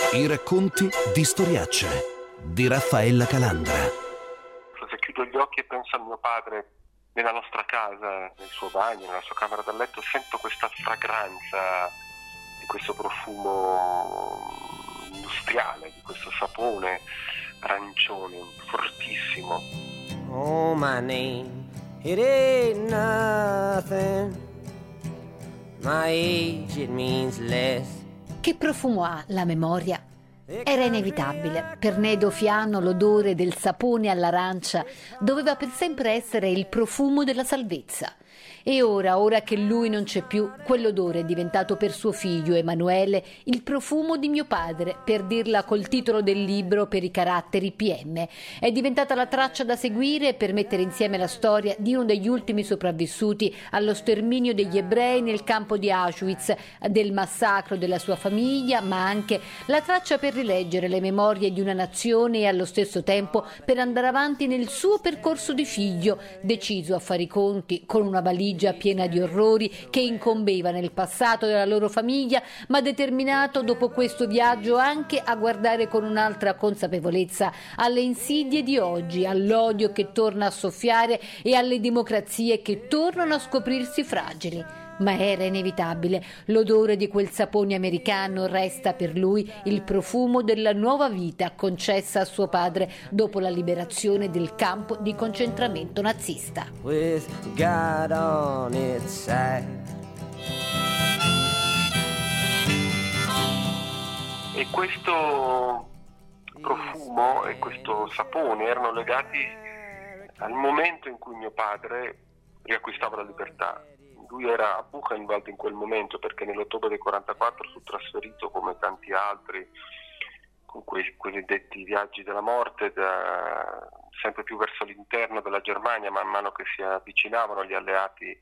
I racconti di Storiaccia di Raffaella Calandra. Se chiudo gli occhi e penso a mio padre nella nostra casa, nel suo bagno, nella sua camera da letto, sento questa fragranza di questo profumo industriale, di questo sapone arancione fortissimo. Oh, my name, it ain't nothing. My age, it means less. Che profumo ha la memoria? Era inevitabile. Per Nedo Fiano l'odore del sapone all'arancia doveva per sempre essere il profumo della salvezza. E ora che lui non c'è più, quell'odore è diventato per suo figlio Emanuele il profumo di mio padre, per dirla col titolo del libro per i caratteri PM. È diventata la traccia da seguire per mettere insieme la storia di uno degli ultimi sopravvissuti allo sterminio degli ebrei nel campo di Auschwitz, del massacro della sua famiglia, ma anche la traccia per rileggere le memorie di una nazione e allo stesso tempo per andare avanti nel suo percorso di figlio, deciso a fare i conti con una valigia piena di orrori che incombeva nel passato della loro famiglia, ma determinato dopo questo viaggio anche a guardare con un'altra consapevolezza alle insidie di oggi, all'odio che torna a soffiare e alle democrazie che tornano a scoprirsi fragili. Ma era inevitabile, l'odore di quel sapone americano resta per lui il profumo della nuova vita concessa a suo padre dopo la liberazione del campo di concentramento nazista. With God on its side. E questo profumo e questo sapone erano legati al momento in cui mio padre riacquistava la libertà. Lui era a Buchenwald in quel momento perché nell'ottobre del 1944 fu trasferito come tanti altri con quei cosiddetti viaggi della morte sempre più verso l'interno della Germania man mano che si avvicinavano gli alleati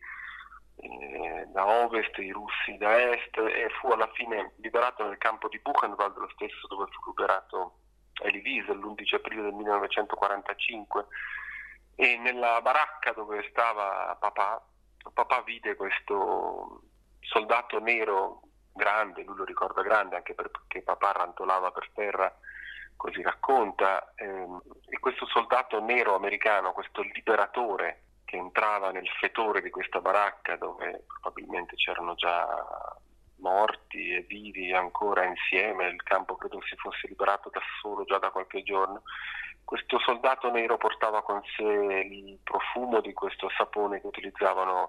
da ovest, i russi da est, e fu alla fine liberato nel campo di Buchenwald, lo stesso dove fu liberato Elie Wiesel l'11 aprile del 1945, e nella baracca dove stava papà vide questo soldato nero grande, lui lo ricorda grande anche perché papà rantolava per terra, così racconta, e questo soldato nero americano, questo liberatore che entrava nel fetore di questa baracca dove probabilmente c'erano già morti e vivi ancora insieme, il campo credo si fosse liberato da solo già da qualche giorno. Questo soldato nero portava con sé il profumo di questo sapone che utilizzavano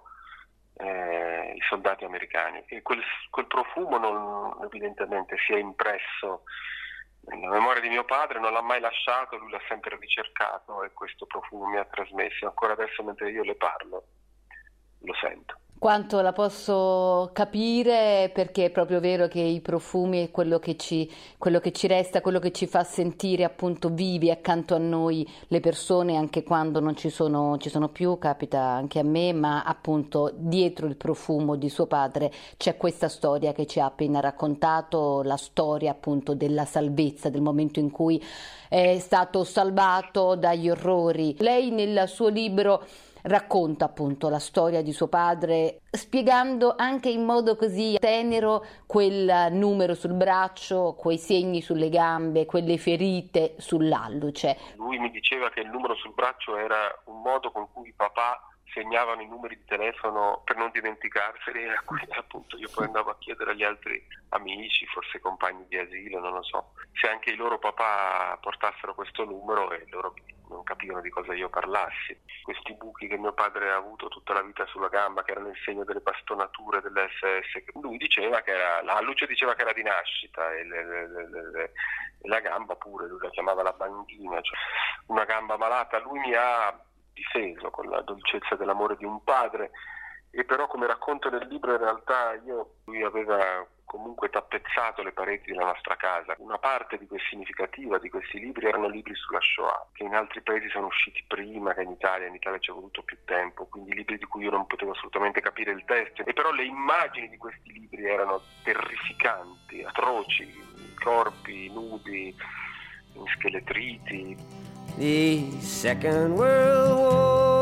i soldati americani, e quel profumo non, evidentemente si è impresso nella memoria di mio padre, non l'ha mai lasciato, lui l'ha sempre ricercato e questo profumo mi ha trasmesso. Ancora adesso mentre io le parlo lo sento. Quanto la posso capire, perché è proprio vero che i profumi è quello che ci resta, quello che ci fa sentire appunto vivi accanto a noi le persone, anche quando non ci sono più, capita anche a me, ma appunto dietro il profumo di suo padre c'è questa storia che ci ha appena raccontato, la storia appunto della salvezza, del momento in cui è stato salvato dagli orrori. Lei nel suo libro racconta appunto la storia di suo padre, spiegando anche in modo così tenero quel numero sul braccio, quei segni sulle gambe, quelle ferite sull'alluce. Lui mi diceva che il numero sul braccio era un modo con cui papà segnavano i numeri di telefono per non dimenticarseli, e a cui appunto io poi andavo a chiedere agli altri amici, forse compagni di asilo, non lo so, se anche i loro papà portassero questo numero, e loro non capivano di cosa io parlassi. Questi buchi che mio padre ha avuto tutta la vita sulla gamba, che erano il segno delle bastonature dell'SS, lui diceva che era, l'alluce diceva che era di nascita, e la gamba pure, lui la chiamava la banchina, cioè una gamba malata. Lui mi ha difeso con la dolcezza dell'amore di un padre, e però, come racconto nel libro, in realtà lui aveva comunque tappezzato le pareti della nostra casa. Una parte di significativa di questi libri erano libri sulla Shoah, che in altri paesi sono usciti prima che in Italia ci è voluto più tempo, quindi libri di cui io non potevo assolutamente capire il testo, e però le immagini di questi libri erano terrificanti, atroci, corpi nudi, ischeletriti. The Second World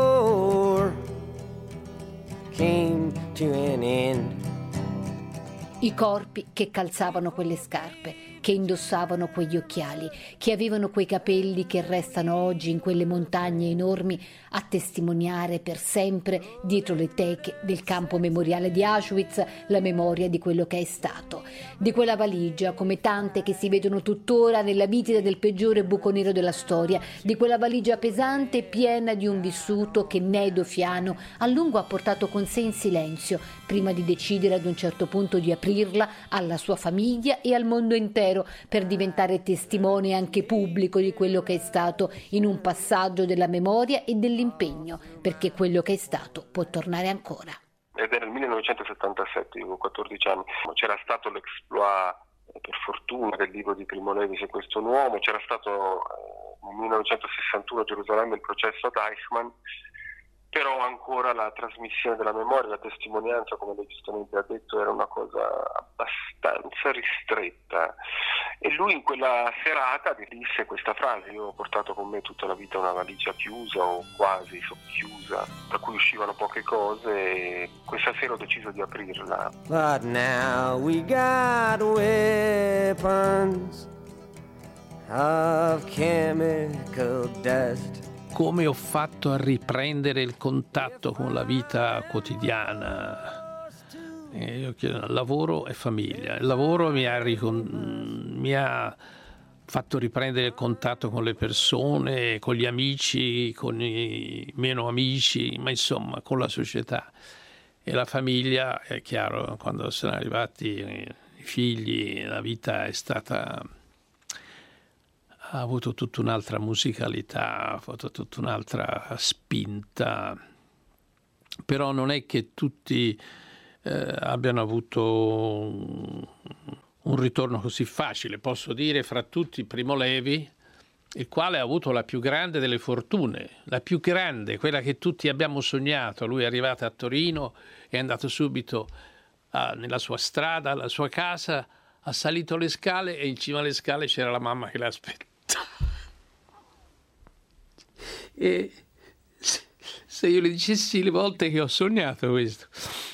War came to an end. I corpi che calzavano quelle scarpe, che indossavano quegli occhiali, che avevano quei capelli che restano oggi in quelle montagne enormi a testimoniare per sempre dietro le teche del campo memoriale di Auschwitz la memoria di quello che è stato, di quella valigia come tante che si vedono tuttora nella vitida del peggiore buco nero della storia, di quella valigia pesante piena di un vissuto che Nedo Fiano a lungo ha portato con sé in silenzio prima di decidere ad un certo punto di aprirla alla sua famiglia e al mondo intero per diventare testimone anche pubblico di quello che è stato in un passaggio della memoria e dell'impegno, perché quello che è stato può tornare ancora. Ed era il 1977, io avevo 14 anni, c'era stato l'exploit, per fortuna, del libro di Primo Levi Su questo uomo, c'era stato nel 1961 a Gerusalemme il processo ad Eichmann, però ancora la trasmissione della memoria, la testimonianza, come lei giustamente ha detto, era una cosa abbastanza ristretta. E lui in quella serata disse questa frase: io ho portato con me tutta la vita una valigia chiusa o quasi socchiusa, da cui uscivano poche cose, e questa sera ho deciso di aprirla. But now we got weapons of chemical dust. Come ho fatto a riprendere il contatto con la vita quotidiana? Io chiedo, lavoro e famiglia. Il lavoro mi ha fatto riprendere il contatto con le persone, con gli amici, con i meno amici, ma insomma con la società. E la famiglia, è chiaro, quando sono arrivati i figli, la vita ha avuto tutta un'altra musicalità, ha avuto tutta un'altra spinta, però non è che tutti abbiano avuto un ritorno così facile. Posso dire fra tutti Primo Levi, il quale ha avuto la più grande delle fortune, la più grande, quella che tutti abbiamo sognato. Lui è arrivato a Torino, è andato subito nella sua strada, alla sua casa, ha salito le scale e in cima alle scale c'era la mamma che l'aspetta. E se io le dicessi le volte che ho sognato questo,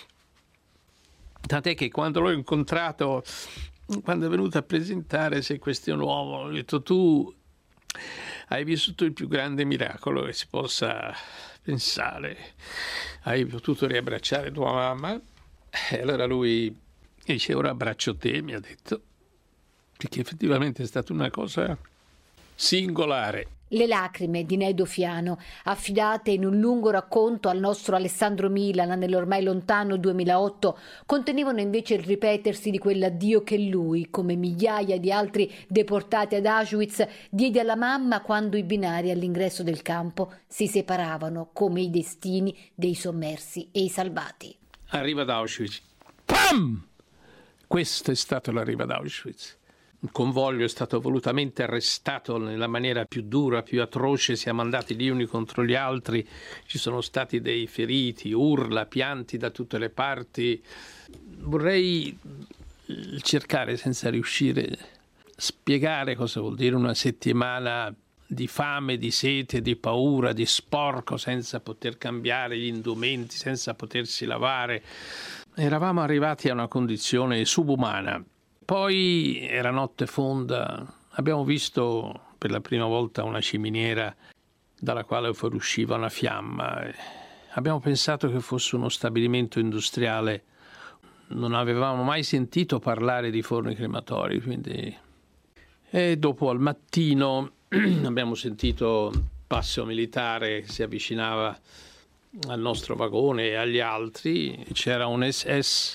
tant'è che quando l'ho incontrato, quando è venuto a presentare Se questo è un uomo, ho detto: tu hai vissuto il più grande miracolo che si possa pensare, hai potuto riabbracciare tua mamma. E allora lui dice: ora abbraccio te, mi ha detto, perché effettivamente è stata una cosa singolare. Le lacrime di Nedo Fiano, affidate in un lungo racconto al nostro Alessandro Milana nell'ormai lontano 2008, contenevano invece il ripetersi di quell'addio che lui, come migliaia di altri deportati ad Auschwitz, diede alla mamma quando i binari all'ingresso del campo si separavano come i destini dei sommersi e i salvati. Arriva ad Auschwitz. Pam! Questo è stato l'arrivo ad Auschwitz. Il convoglio è stato volutamente arrestato nella maniera più dura, più atroce, siamo andati gli uni contro gli altri, ci sono stati dei feriti, urla, pianti da tutte le parti. Vorrei cercare, senza riuscire, a spiegare cosa vuol dire una settimana di fame, di sete, di paura, di sporco, senza poter cambiare gli indumenti, senza potersi lavare. Eravamo arrivati a una condizione subumana. Poi era notte fonda, abbiamo visto per la prima volta una ciminiera dalla quale fuoriusciva una fiamma. Abbiamo pensato che fosse uno stabilimento industriale, non avevamo mai sentito parlare di forni crematori, quindi. E dopo al mattino abbiamo sentito il passo militare che si avvicinava al nostro vagone e agli altri. C'era un SS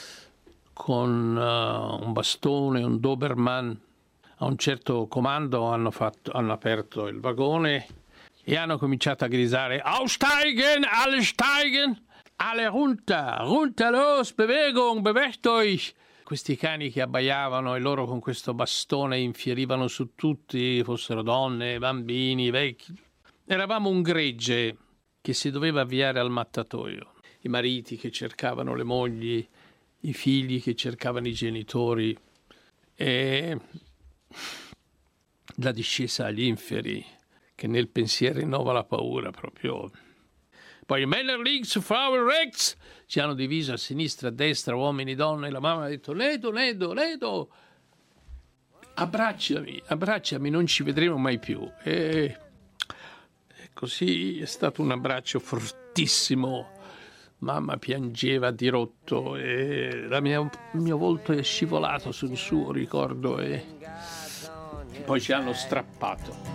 con un bastone, un Doberman. A un certo comando hanno aperto il vagone e hanno cominciato a gridare: Aussteigen, alle steigen, alle runter, runter los, Bewegung, bewegt euch. Questi cani che abbaiavano e loro con questo bastone infierivano su tutti, fossero donne, bambini, vecchi. Eravamo un gregge che si doveva avviare al mattatoio. I mariti che cercavano le mogli, i figli che cercavano i genitori, e la discesa agli inferi che nel pensiero rinnova la paura proprio. Poi Männer links, Frauen rechts, ci hanno diviso a sinistra, a destra, uomini, donne, e la mamma ha detto Ledo, abbracciami, non ci vedremo mai più. E così è stato un abbraccio fortissimo. Mamma piangeva a dirotto e il mio volto è scivolato sul suo, ricordo, e poi ci hanno strappato.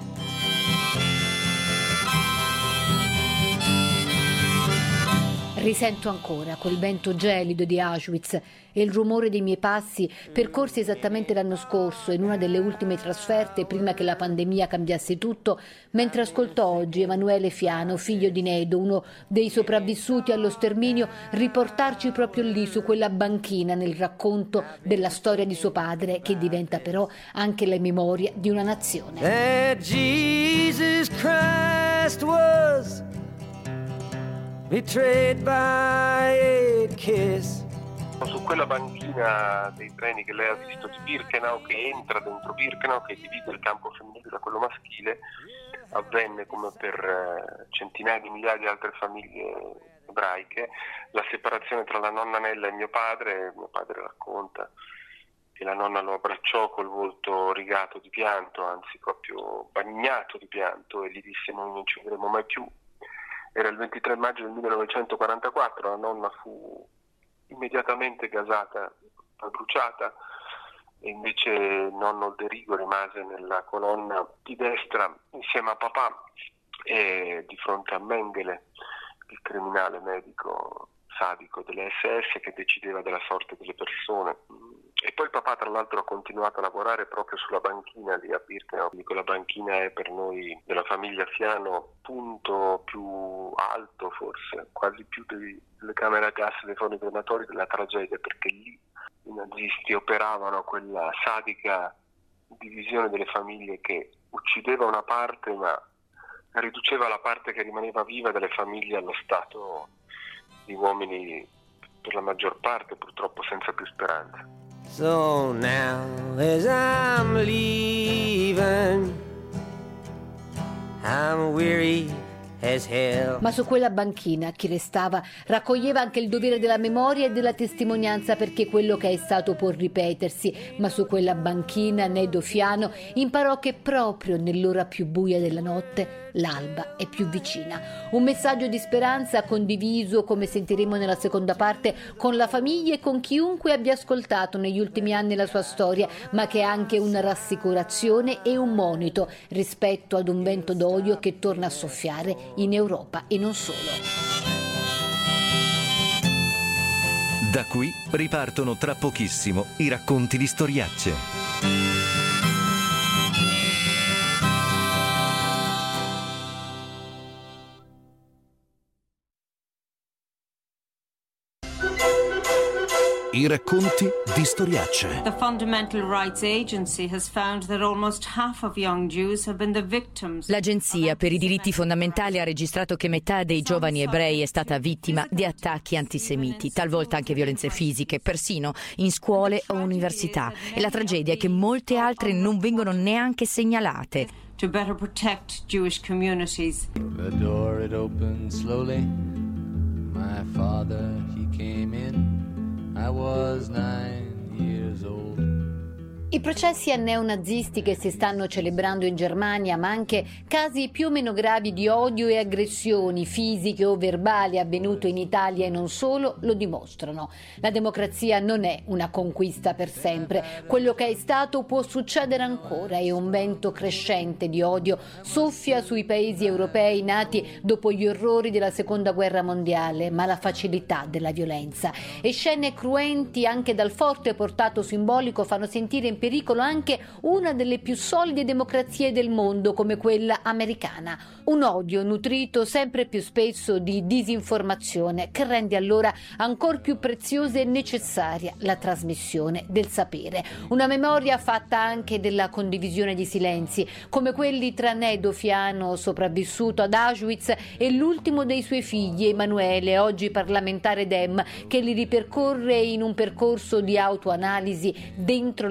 Risento ancora quel vento gelido di Auschwitz e il rumore dei miei passi percorsi esattamente l'anno scorso in una delle ultime trasferte prima che la pandemia cambiasse tutto, mentre ascolto oggi Emanuele Fiano, figlio di Nedo, uno dei sopravvissuti allo sterminio, riportarci proprio lì su quella banchina nel racconto della storia di suo padre, che diventa però anche la memoria di una nazione. That Jesus Christ was betrayed by a kiss. Su quella banchina dei treni che lei ha visto di Birkenau, che entra dentro Birkenau, che divide il campo femminile da quello maschile, avvenne, come per centinaia di migliaia di altre famiglie ebraiche, la separazione tra la nonna Nella e mio padre racconta che la nonna lo abbracciò col volto rigato di pianto, anzi proprio bagnato di pianto, e gli disse: noi non ci vedremo mai più. Era il 23 maggio del 1944, la nonna fu immediatamente gasata, bruciata, e invece il nonno Olderigo rimase nella colonna di destra insieme a papà e di fronte a Mengele, il criminale medico sadico delle SS che decideva della sorte delle persone. E poi il papà, tra l'altro, ha continuato a lavorare proprio sulla banchina lì a Birkenau. Quella banchina è per noi della famiglia Fiano punto più alto, forse quasi più delle camere a gas, dei forni crematori, della tragedia, perché lì i nazisti operavano quella sadica divisione delle famiglie che uccideva una parte ma riduceva la parte che rimaneva viva delle famiglie allo stato di uomini, per la maggior parte purtroppo senza più speranza. So now as I'm leaving, I'm weary as hell. Ma su quella banchina chi restava raccoglieva anche il dovere della memoria e della testimonianza, perché quello che è stato può ripetersi, ma su quella banchina Nedo Fiano imparò che proprio nell'ora più buia della notte l'alba è più vicina. Un messaggio di speranza condiviso, come sentiremo nella seconda parte, con la famiglia e con chiunque abbia ascoltato negli ultimi anni la sua storia, ma che è anche una rassicurazione e un monito rispetto ad un vento d'odio che torna a soffiare in Europa e non solo. Da qui ripartono tra pochissimo i racconti di storiacce. I racconti di storiacce. The Fundamental Rights Agency has found that almost half of young Jews have been the victims. L'Agenzia per i diritti fondamentali ha registrato che metà dei giovani ebrei è stata vittima di attacchi antisemiti, talvolta anche violenze fisiche, persino in scuole o università. E la tragedia è che molte altre non vengono neanche segnalate. To better protect Jewish communities. The door it opened slowly. My father he came in. I was 9 years old. I processi a neonazisti che si stanno celebrando in Germania, ma anche casi più o meno gravi di odio e aggressioni fisiche o verbali avvenute in Italia e non solo, lo dimostrano. La democrazia non è una conquista per sempre. Quello che è stato può succedere ancora, e un vento crescente di odio soffia sui paesi europei nati dopo gli orrori della Seconda Guerra Mondiale, ma la facilità della violenza e scene cruenti anche dal forte portato simbolico fanno sentire in pericolo anche una delle più solide democrazie del mondo, come quella americana. Un odio nutrito sempre più spesso di disinformazione, che rende allora ancor più preziosa e necessaria la trasmissione del sapere. Una memoria fatta anche della condivisione di silenzi, come quelli tra Nedo Fiano, sopravvissuto ad Auschwitz, e l'ultimo dei suoi figli, Emanuele, oggi parlamentare Dem, che li ripercorre in un percorso di autoanalisi dentro le memorie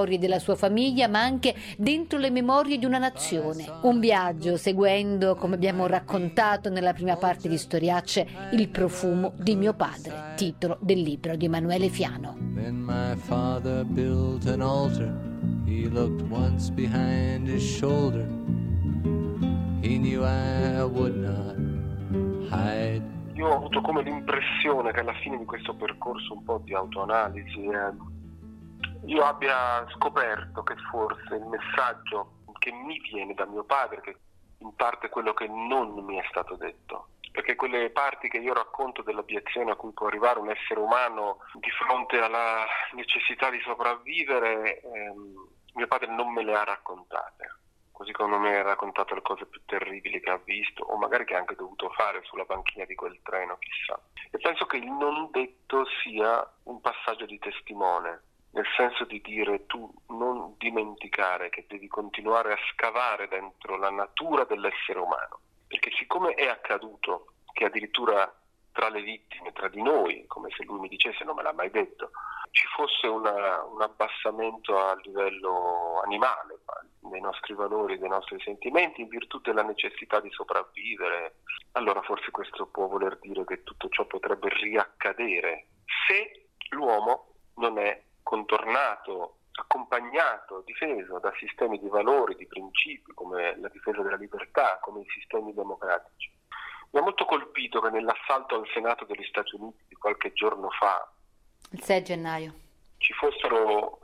memorie della sua famiglia, ma anche dentro le memorie di una nazione. Un viaggio seguendo, come abbiamo raccontato nella prima parte di Storiacce, il profumo di mio padre, titolo del libro di Emanuele Fiano. Then my father built an altar. He looked once behind his shoulder. He knew I would not hide. Io ho avuto come l'impressione che alla fine di questo percorso un po' di autoanalisi io abbia scoperto che forse il messaggio che mi viene da mio padre, che in parte è quello che non mi è stato detto, perché quelle parti che io racconto dell'abiezione a cui può arrivare un essere umano di fronte alla necessità di sopravvivere, mio padre non me le ha raccontate. Così come non mi ha raccontato le cose più terribili che ha visto, o magari che ha anche dovuto fare sulla banchina di quel treno, chissà. E penso che il non detto sia un passaggio di testimone, nel senso di dire tu non dimenticare che devi continuare a scavare dentro la natura dell'essere umano, perché siccome è accaduto che addirittura tra le vittime, tra di noi, come se lui mi dicesse, non me l'ha mai detto, ci fosse un abbassamento a livello animale dei nostri valori, dei nostri sentimenti, in virtù della necessità di sopravvivere, allora forse questo può voler dire che tutto ciò potrebbe riaccadere se l'uomo non è contornato, accompagnato, difeso da sistemi di valori, di principi, come la difesa della libertà, come i sistemi democratici. Mi ha molto colpito che nell'assalto al Senato degli Stati Uniti di qualche giorno fa, il 6 gennaio, ci fossero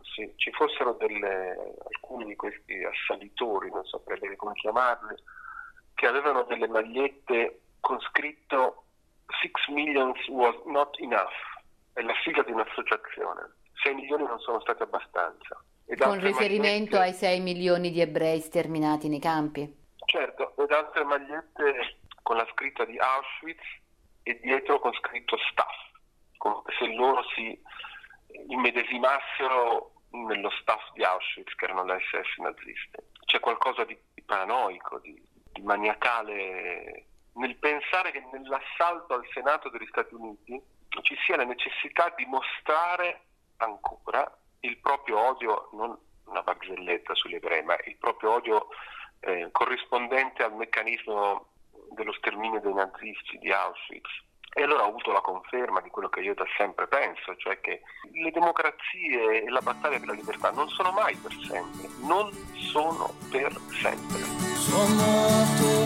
alcuni di questi assalitori, non saprei come chiamarli, che avevano delle magliette con scritto 6 million was not enough, è la sigla di un'associazione, 6 milioni non sono stati abbastanza. Con riferimento ai 6 milioni di ebrei sterminati nei campi? Certo, ed altre magliette con la scritta di Auschwitz e dietro con scritto Staff, come se loro si immedesimassero nello staff di Auschwitz, che erano le SS naziste. C'è qualcosa di paranoico, di maniacale nel pensare che nell'assalto al Senato degli Stati Uniti ci sia la necessità di mostrare ancora il proprio odio, non una barzelletta sugli ebrei, ma il proprio odio corrispondente al meccanismo dello sterminio dei nazisti di Auschwitz. E allora ho avuto la conferma di quello che io da sempre penso, cioè che le democrazie e la battaglia per la libertà non sono mai per sempre, non sono per sempre. Sono morto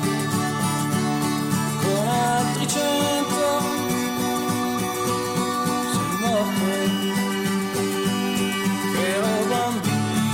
con altri 100, sono morto ero bambino.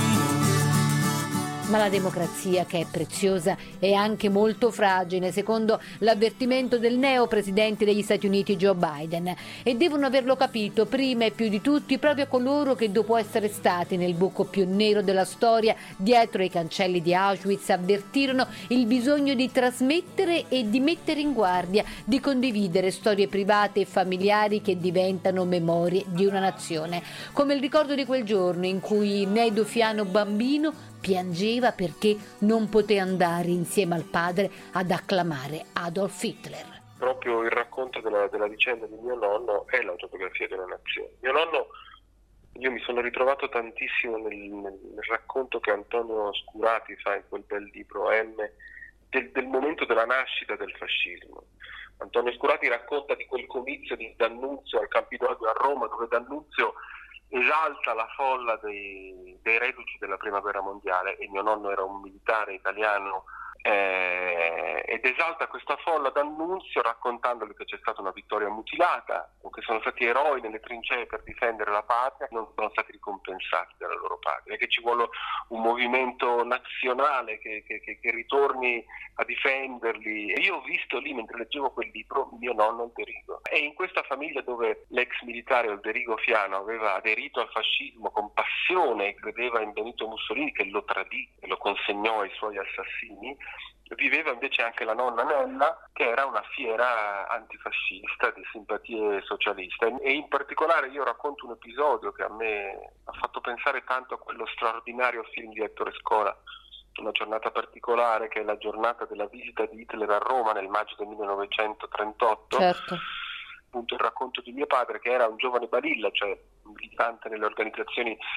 Ma la democrazia, che è preziosa, è anche molto fragile, secondo l'avvertimento del neo presidente degli Stati Uniti Joe Biden. E devono averlo capito prima e più di tutti proprio coloro che, dopo essere stati nel buco più nero della storia, dietro i cancelli di Auschwitz, avvertirono il bisogno di trasmettere e di mettere in guardia, di condividere storie private e familiari che diventano memorie di una nazione. Come il ricordo di quel giorno in cui Nedo Fiano bambino piangeva perché non poté andare insieme al padre ad acclamare Adolf Hitler. Proprio il racconto della vicenda di mio nonno è l'autobiografia di una nazione. Mio nonno, io mi sono ritrovato tantissimo nel racconto che Antonio Scurati fa in quel bel libro M del momento della nascita del fascismo. Antonio Scurati racconta di quel comizio di D'Annunzio al Campidoglio a Roma, dove D'Annunzio esalta la folla dei reduci della prima guerra mondiale, e mio nonno era un militare italiano, ed esalta questa folla d'Annunzio raccontandogli che c'è stata una vittoria mutilata, o che sono stati eroi nelle trincee per difendere la patria, non sono stati ricompensati dalla loro patria, che ci vuole un movimento nazionale che ritorni a difenderli. E io ho visto lì, mentre leggevo quel libro, mio nonno Olderigo. E in questa famiglia dove l'ex militare Olderigo Fiano aveva aderito al fascismo con passione e credeva in Benito Mussolini, che lo tradì e lo consegnò ai suoi assassini, viveva invece anche la nonna Nella, che era una fiera antifascista di simpatie socialiste. E in particolare io racconto un episodio che a me ha fatto pensare tanto a quello straordinario film di Ettore Scola, una giornata particolare, che è la giornata della visita di Hitler a Roma nel maggio del 1938. Certo. Appunto il racconto di mio padre, che era un giovane balilla, cioè militante nelle organizzazioni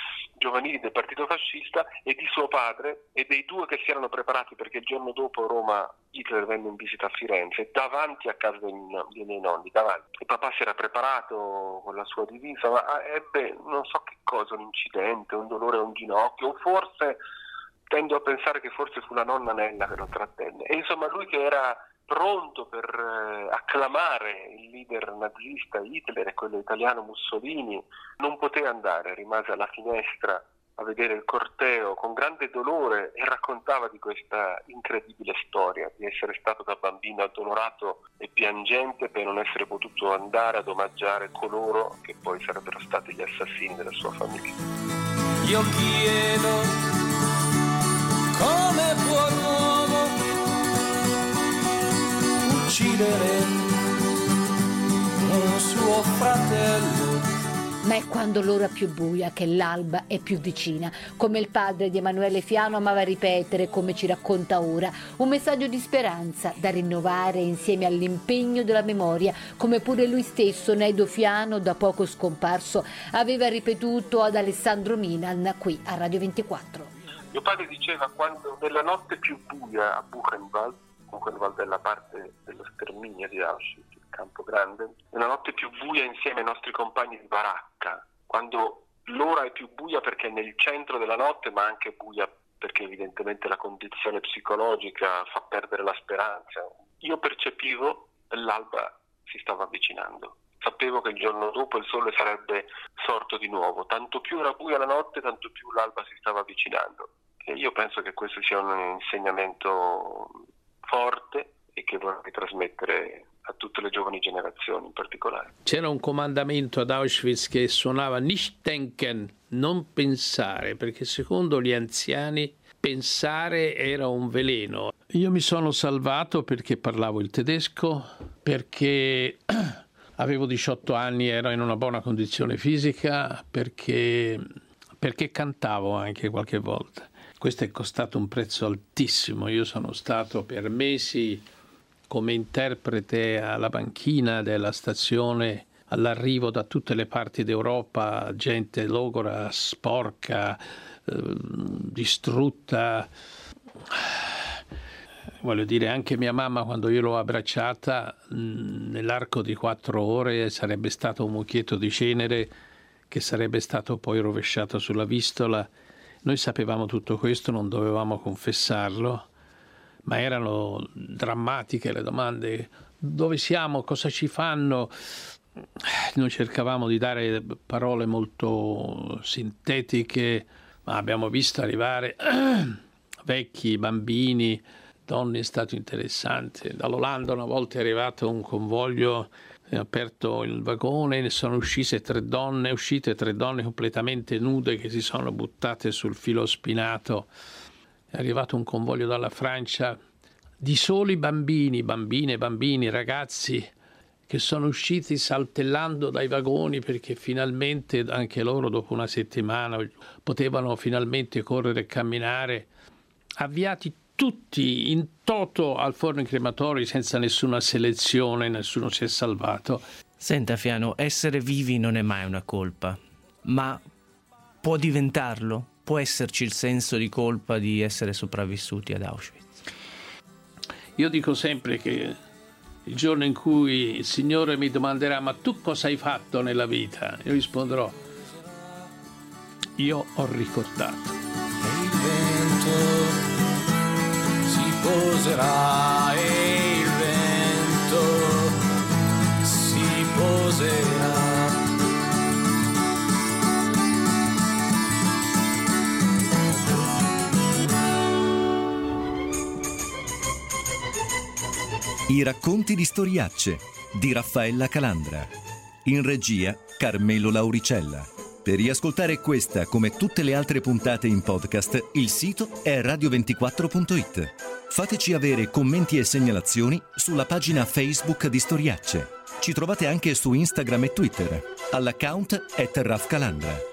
giovanili del partito fascista e di suo padre e dei due che si erano preparati, perché il giorno dopo Roma Hitler venne in visita a Firenze davanti a casa dei miei nonni, davanti. Il papà si era preparato con la sua divisa, ma ebbe non so che cosa, un incidente, un dolore a un ginocchio, o forse tendo a pensare che forse fu la nonna Nella che lo trattenne. E insomma lui, che era pronto per acclamare il leader nazista Hitler e quello italiano Mussolini, non poté andare, rimase alla finestra a vedere il corteo con grande dolore e raccontava di questa incredibile storia di essere stato da bambino addolorato e piangente per non essere potuto andare ad omaggiare coloro che poi sarebbero stati gli assassini della sua famiglia. Io chiedo come può l'uomo uccidere un suo fratello. Ma è quando l'ora più buia che l'alba è più vicina, come il padre di Emanuele Fiano amava ripetere, come ci racconta ora, un messaggio di speranza da rinnovare insieme all'impegno della memoria, come pure lui stesso, Nedo Fiano, da poco scomparso, aveva ripetuto ad Alessandro Milan qui a Radio 24. Mio padre diceva, quando nella notte più buia a Buchenwald, Buchenwald è la parte dello sterminio di Auschwitz, Campo Grande, nella notte più buia insieme ai nostri compagni di baracca, quando l'ora è più buia perché è nel centro della notte, ma anche buia perché evidentemente la condizione psicologica fa perdere la speranza. Io percepivo che l'alba si stava avvicinando. Sapevo che il giorno dopo il sole sarebbe sorto di nuovo. Tanto più era buia la notte, tanto più l'alba si stava avvicinando. E io penso che questo sia un insegnamento forte e che vorrei trasmettere a tutte le giovani generazioni in particolare. C'era un comandamento ad Auschwitz che suonava nicht denken, non pensare, perché secondo gli anziani pensare era un veleno. Io mi sono salvato perché parlavo il tedesco, perché avevo 18 anni, ero in una buona condizione fisica, perché cantavo anche qualche volta. Questo è costato un prezzo altissimo. Io sono stato per mesi come interprete alla banchina della stazione all'arrivo da tutte le parti d'Europa, gente logora, sporca, distrutta. Voglio dire, anche mia mamma, quando io l'ho abbracciata, nell'arco di 4 ore sarebbe stato un mucchietto di cenere che sarebbe stato poi rovesciato sulla vistola. Noi sapevamo tutto questo, non dovevamo confessarlo, ma erano drammatiche le domande. Dove siamo? Cosa ci fanno? Noi cercavamo di dare parole molto sintetiche, ma abbiamo visto arrivare vecchi, bambini, donne in stato interessante. Dall'Olanda una volta è arrivato un convoglio, è aperto il vagone, ne sono uscite 3 donne completamente nude che si sono buttate sul filo spinato. È arrivato un convoglio dalla Francia di soli bambini, ragazzi che sono usciti saltellando dai vagoni perché finalmente anche loro dopo una settimana potevano finalmente correre e camminare, avviati tutti in toto al forno crematorio senza nessuna selezione, nessuno si è salvato. Senta Fiano, essere vivi non è mai una colpa, ma può diventarlo? Può esserci il senso di colpa di essere sopravvissuti ad Auschwitz? Io dico sempre che il giorno in cui il Signore mi domanderà ma tu cosa hai fatto nella vita? Io risponderò, io ho ricordato. E il vento si poserà e il vento si poserà. I racconti di storiacce di Raffaella Calandra. In regia Carmelo Lauricella. Per riascoltare questa come tutte le altre puntate in podcast, il sito è radio24.it. Fateci avere commenti e segnalazioni sulla pagina Facebook di Storiacce. Ci trovate anche su Instagram e Twitter all'account @RafCalandra.